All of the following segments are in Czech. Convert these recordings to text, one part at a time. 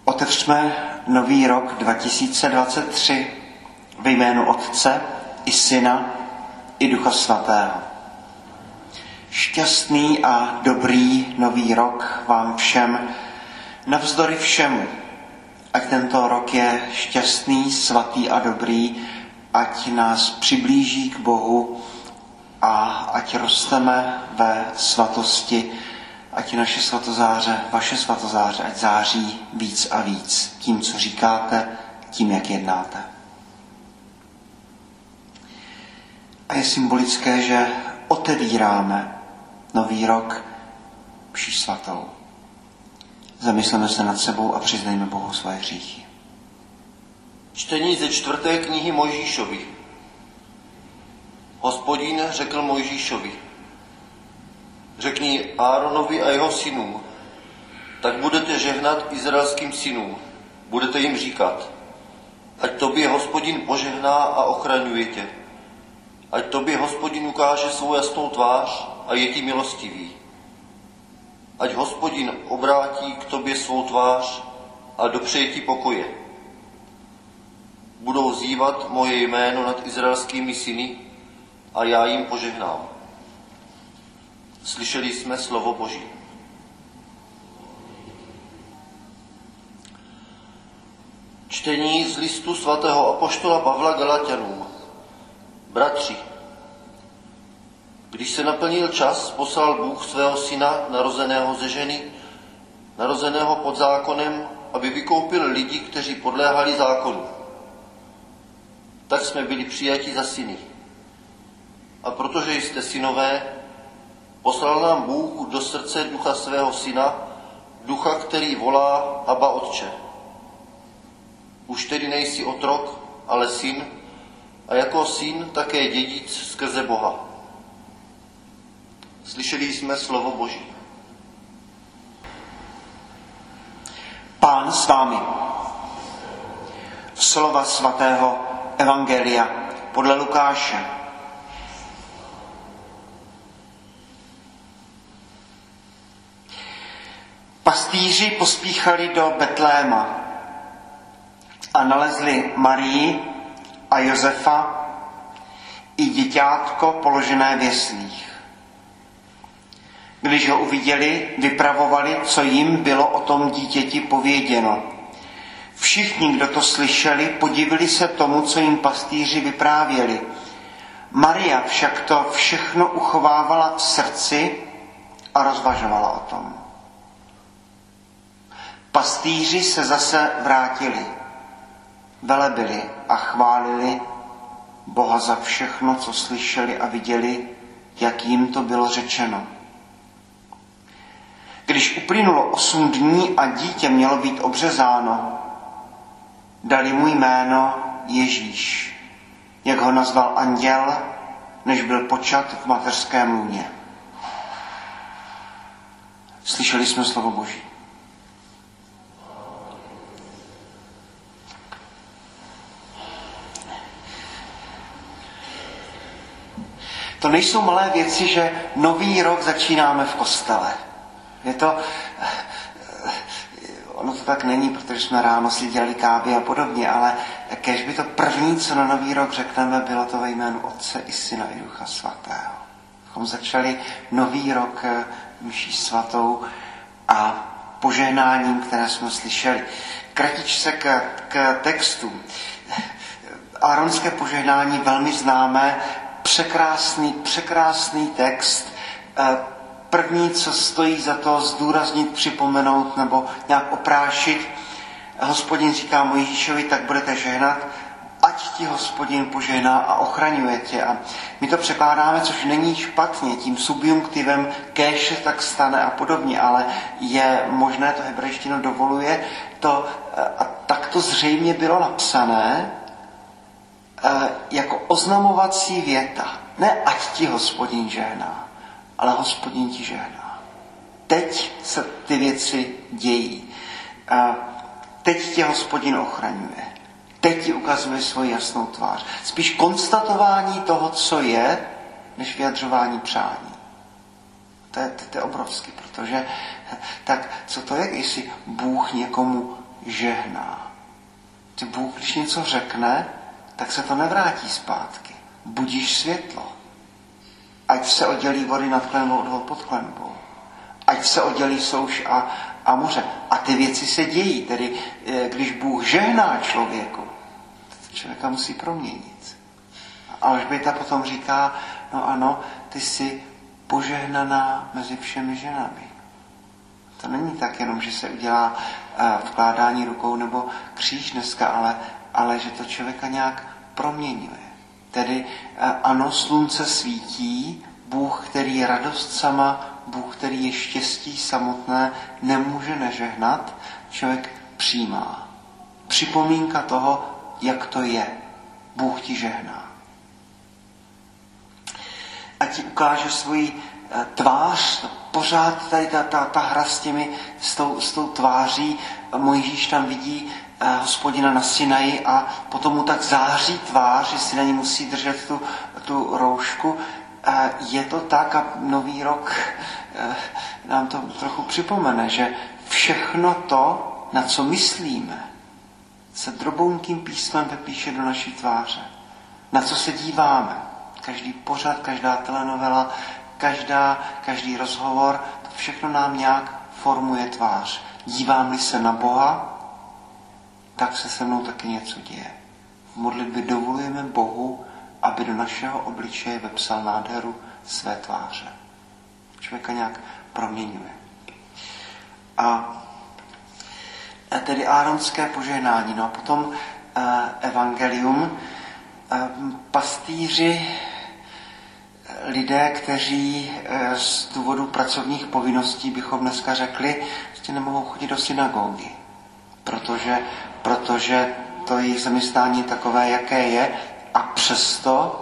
Otevřme nový rok 2023 ve jménu Otce i Syna i Ducha Svatého. Šťastný a dobrý nový rok vám všem, navzdory všemu. Ať tento rok je šťastný, svatý a dobrý, ať nás přiblíží k Bohu a ať rosteme ve svatosti, ať naše svatozáře, vaše svatozáře, ať září víc a víc tím, co říkáte, tím, jak jednáte. A je symbolické, že otevíráme nový rok mší svatou. Zamysleme se nad sebou a přiznejme Bohu svoje hříchy. Čtení ze 4. knihy Mojžíšovi. Hospodin řekl Mojžíšovi: řekni Áronovi a jeho synům, tak budete žehnat izraelským synům. Budete jim říkat: ať tobě Hospodin požehná a ochraňuje tě. Ať tobě Hospodin ukáže svou jasnou tvář a je ti milostivý. Ať Hospodin obrátí k tobě svou tvář a dopřeje ti pokoje. Budou vzývat moje jméno nad izraelskými syny a já jim požehnám. Slyšeli jsme slovo Boží. Čtení z listu svatého apoštola Pavla Galatianům. Bratři, když se naplnil čas, poslal Bůh svého syna, narozeného ze ženy, narozeného pod zákonem, aby vykoupil lidi, kteří podléhali zákonu. Tak jsme byli přijati za syny. A protože jste synové, poslal nám Bůh do srdce ducha svého syna, ducha, který volá Abba Otče. Už tedy nejsi otrok, ale syn, a jako syn také dědic skrze Boha. Slyšeli jsme slovo Boží. Pán s vámi. Slova svatého Evangelia podle Lukáše. Pastýři pospíchali do Betléma a nalezli Marii a Josefa i děťátko položené v jeslích. Když ho uviděli, vypravovali, co jim bylo o tom dítěti pověděno. Všichni, kdo to slyšeli, podivili se tomu, co jim pastýři vyprávěli. Maria však to všechno uchovávala v srdci a rozvažovala o tom. Pastýři se zase vrátili, velebili a chválili Boha za všechno, co slyšeli a viděli, jak jim to bylo řečeno. Když uplynulo 8 dní a dítě mělo být obřezáno, dali mu jméno Ježíš, jak ho nazval anděl, než byl počat v mateřském lůně. Slyšeli jsme slovo Boží. To nejsou malé věci, že nový rok začínáme v kostele. Ono to tak není, protože jsme ráno si dělali kávy a podobně, ale kéž by to první, co na nový rok řekneme, bylo to ve jménu Otce i Syna i Ducha Svatého. Abychom začali nový rok mší svatou a požehnáním, které jsme slyšeli. Kratičce k textu. Áronské požehnání velmi známé, překrásný text. První, co stojí za to zdůraznit, připomenout nebo nějak oprášit, Hospodin říká Mojžíšovi, tak budete žehnat, ať ti Hospodin požehná a ochraňuje tě. A my to překládáme, což není špatně, tím subjunktivem kéž se tak stane a podobně, ale je možné, to hebrejština dovoluje, a tak to zřejmě bylo napsané, jako oznamovací věta. Ne ať ti Hospodin žehná, ale Hospodin ti žehná. Teď se ty věci dějí. Teď tě Hospodin ochraňuje. Teď ti ukazuje svoji jasnou tvář. Spíš konstatování toho, co je, než vyjadřování přání. To je obrovský, protože tak co to je, jestli Bůh někomu žehná. Ty Bůh, když něco řekne, tak se to nevrátí zpátky. Budíš světlo. Ať se oddělí vody nad klenbou od vod pod klenbou. Ať se oddělí souš a moře. A ty věci se dějí. Tedy když Bůh žehná člověku, člověka musí proměnit. A Alžběta potom říká, no ano, ty jsi požehnaná mezi všemi ženami. To není tak jenom, že se udělá vkládání rukou nebo kříž dneska, ale že to člověka nějak proměňuje. Tedy ano, slunce svítí, Bůh, který je radost sama, Bůh, který je štěstí samotné, nemůže nežehnat, člověk přijímá. Připomínka toho, jak to je. Bůh ti žehná. A ti ukáže svoji tvář, pořád tady ta hra s tou tváří. Mojžíš tam vidí Hospodina na Sinaji a potom mu tak září tvář, že si na ní musí držet tu roušku. Je to tak a Nový rok nám to trochu připomene, že všechno to, na co myslíme, se drobounkým písmem vypíše do naší tváře. Na co se díváme. Každý pořad, každá telenovela, každý rozhovor, to všechno nám nějak formuje tvář. Dívám-li se na Boha, tak se se mnou taky něco děje. V modlitbě dovolujeme Bohu, aby do našeho obličeje vepsal nádheru své tváře. Člověka nějak proměňuje. A tedy áronské požehnání. No a potom evangelium. Pastýři, lidé, kteří z důvodu pracovních povinností, bychom dneska řekli, prostě nemohou chodit do synagogy. Protože to jejich zaměstnání je takové, jaké je, a přesto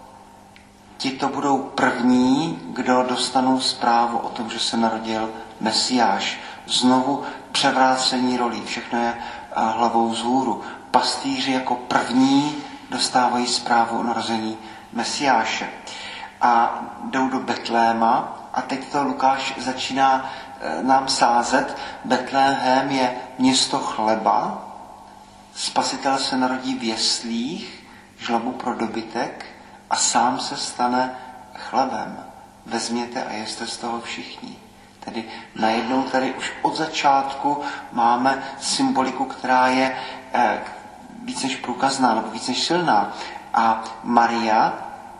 tito budou první, kdo dostanou zprávu o tom, že se narodil Mesiáš. Znovu převrácení rolí, všechno je hlavou vzhůru. Pastýři jako první dostávají zprávu o narození Mesiáše. A jdou do Betléma a teď to Lukáš začíná nám sázet. Betlém je město chleba, Spasitel se narodí v jeslích, žlabu pro dobytek a sám se stane chlebem. Vezměte a jeste z toho všichni. Tedy najednou tady už od začátku máme symboliku, která je víc než průkazná nebo víc než silná. A Maria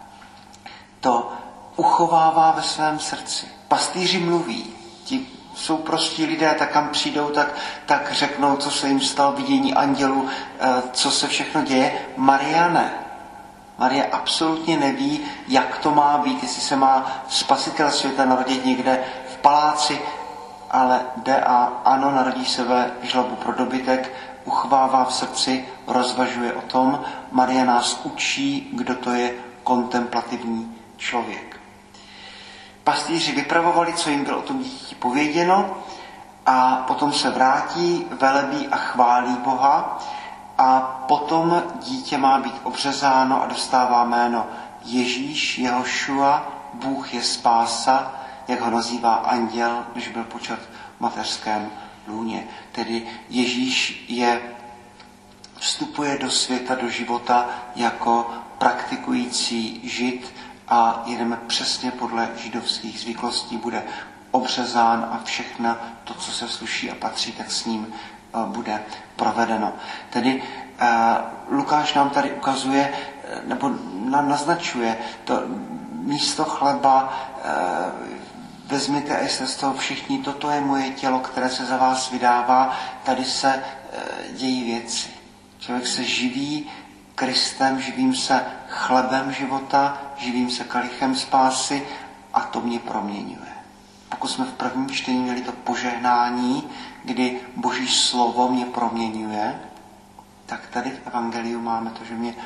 to uchovává ve svém srdci. Pastýři mluví. Ti jsou prostí lidé, tak kam přijdou, tak řeknou, co se jim stalo, vidění andělů, co se všechno děje. Maria ne. Maria absolutně neví, jak to má být, jestli se má Spasitel světa narodit někde v paláci, ale jde a ano, narodí se ve žlabu pro dobytek, uchvává v srdci, rozvažuje o tom. Maria nás učí, kdo to je kontemplativní člověk. Pastýři vypravovali, co jim bylo o tom dítěti pověděno, a potom se vrátí, velebí a chválí Boha, a potom dítě má být obřezáno a dostává jméno Ježíš, Jehošua, Bůh je spása, jak ho nazývá anděl, když byl počat v mateřském lůně. Tedy Ježíš vstupuje do světa, do života jako praktikující Žid a jedeme přesně podle židovských zvyklostí, bude obřezán a všechno to, co se sluší a patří, tak s ním bude provedeno. Tedy Lukáš nám tady ukazuje, nebo nám naznačuje to místo chleba, vezměte a jste z toho všichni, toto je moje tělo, které se za vás vydává, tady se dějí věci. Člověk se živí Kristem, živím se chlebem života, živím se kalichem spásy a to mě proměňuje. Pokud jsme v prvním čtení měli to požehnání, kdy Boží slovo mě proměňuje, tak tady v Evangeliu máme to, že mě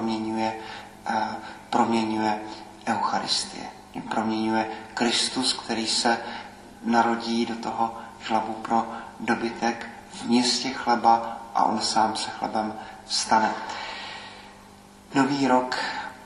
proměňuje Eucharistie. Mě proměňuje Kristus, který se narodí do toho žlabu pro dobytek v městě chleba a on sám se chlebem stane. Nový rok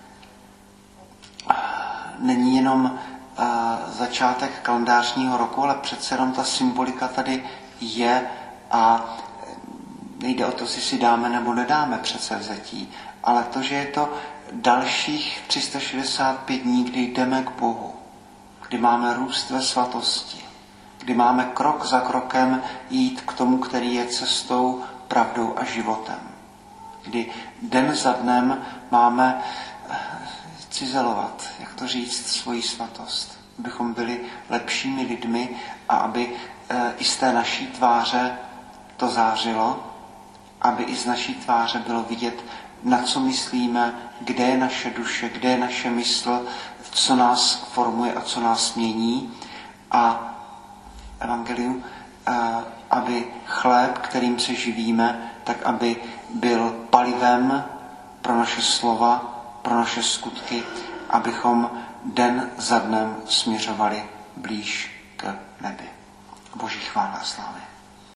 není jenom začátek kalendářního roku, ale přece jenom ta symbolika tady je a nejde o to, jestli si dáme nebo nedáme předsevzetí, ale to, že je to dalších 365 dní, kdy jdeme k Bohu, kdy máme růst ve svatosti, kdy máme krok za krokem jít k tomu, který je cestou, pravdou a životem. Kdy den za dnem máme cizelovat, jak to říct, svoji svatost, abychom byli lepšími lidmi a aby i z té naší tváře to zářilo, aby i z naší tváře bylo vidět, na co myslíme, kde je naše duše, kde je naše mysl, co nás formuje a co nás mění. A evangelium, aby chléb, kterým se živíme, tak aby byl palivem pro naše slova, pro naše skutky, abychom den za dnem směřovali blíž k nebi. Boží chvála a slávy.